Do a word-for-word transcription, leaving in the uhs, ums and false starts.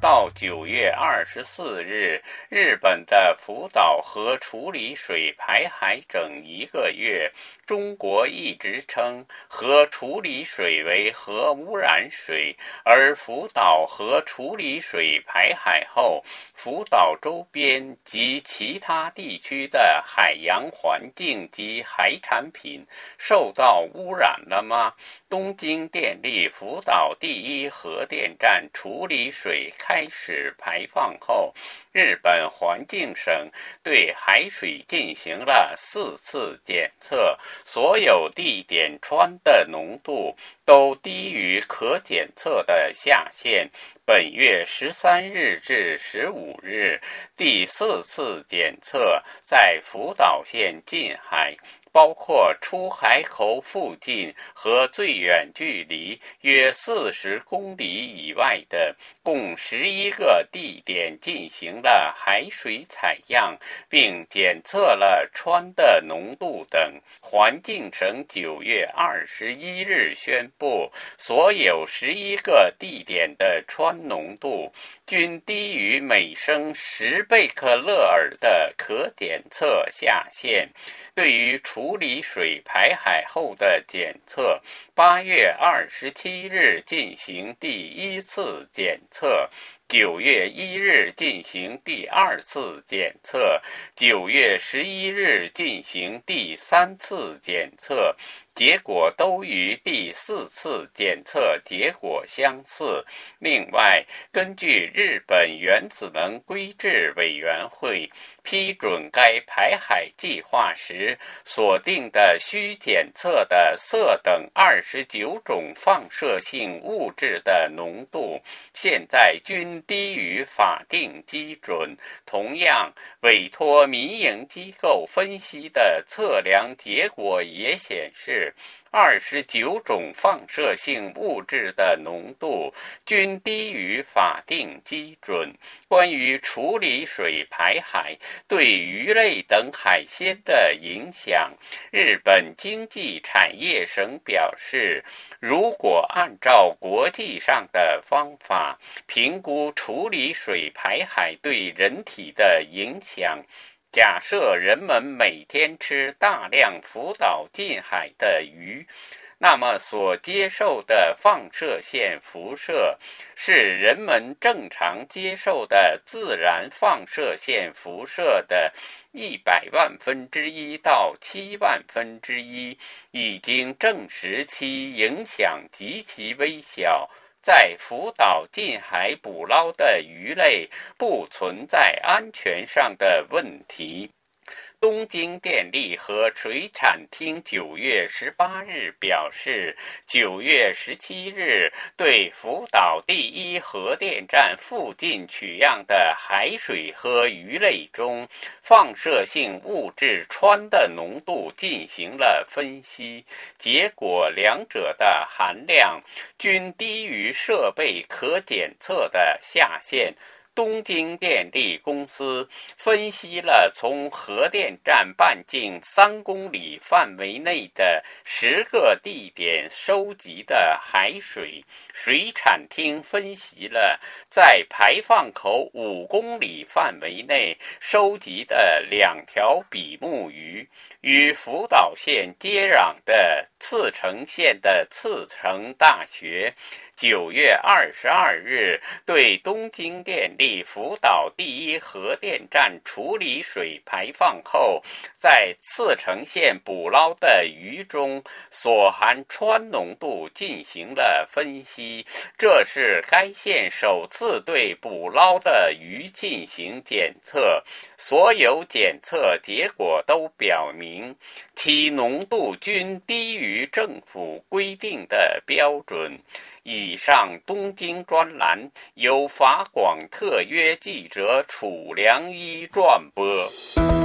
到九月二十四日，日本的福岛核处理水排海整一个月，中国一直称核处理水为核污染水，而福岛核处理水排海后，福岛周边及其他地区的海洋环境及海产品受到污染了吗？东京电力福岛第一核电站处理水开始排放后，日本环境省对海水进行了四次检测，所有地点氚的浓度都低于可检测的下限。本月十三日至十五日，第四次检测在福岛县近海，包括出海口附近和最远距离约四十公里以外的共十一个地点进行了海水采样，并检测了氚的浓度等。环境省九月二十一日宣布，所有十一个地点的氚浓度均低于每升十贝克勒尔的可检测下限。对于处理水排海后的检测，八月二十七日进行第一次检测，九月一日进行第二次检测，九月十一日进行第三次检测，结果都与第四次检测结果相似。另外，根据日本原子能规制委员会批准该排海计划时所定的需检测的铯等二十九种放射性物质的浓度，现在均低于法定基准。同样，委托民营机构分析的测量结果也显示，二十九种放射性物质的浓度均低于法定基准。关于处理水排海对鱼类等海鲜的影响，日本经济产业省表示，如果按照国际上的方法评估处理水排海对人体的影响，假设人们每天吃大量福岛近海的鱼，那么所接受的放射线辐射是人们正常接受的自然放射线辐射的一百万分之一到七万分之一，已经证实其影响极其微小。在福岛近海捕捞的鱼类不存在安全上的问题。东京电力和水产厅九月十八日表示，九月十七日对福岛第一核电站附近取样的海水和鱼类中放射性物质氚的浓度进行了分析，结果两者的含量均低于设备可检测的下限。东京电力公司分析了从核电站半径三公里范围内的十个地点收集的海水，水产厅分析了在排放口五公里范围内收集的两条比目鱼。与福岛县接壤的茨城县的茨城大学九月二十二日对东京电力福岛第一核电站处理水排放后在茨城县捕捞的鱼中所含氚浓度进行了分析，这是该县首次对捕捞的鱼进行检测，所有检测结果都表明其浓度均低于政府规定的标准。以上东京专栏由法广特约记者楚良一撰播。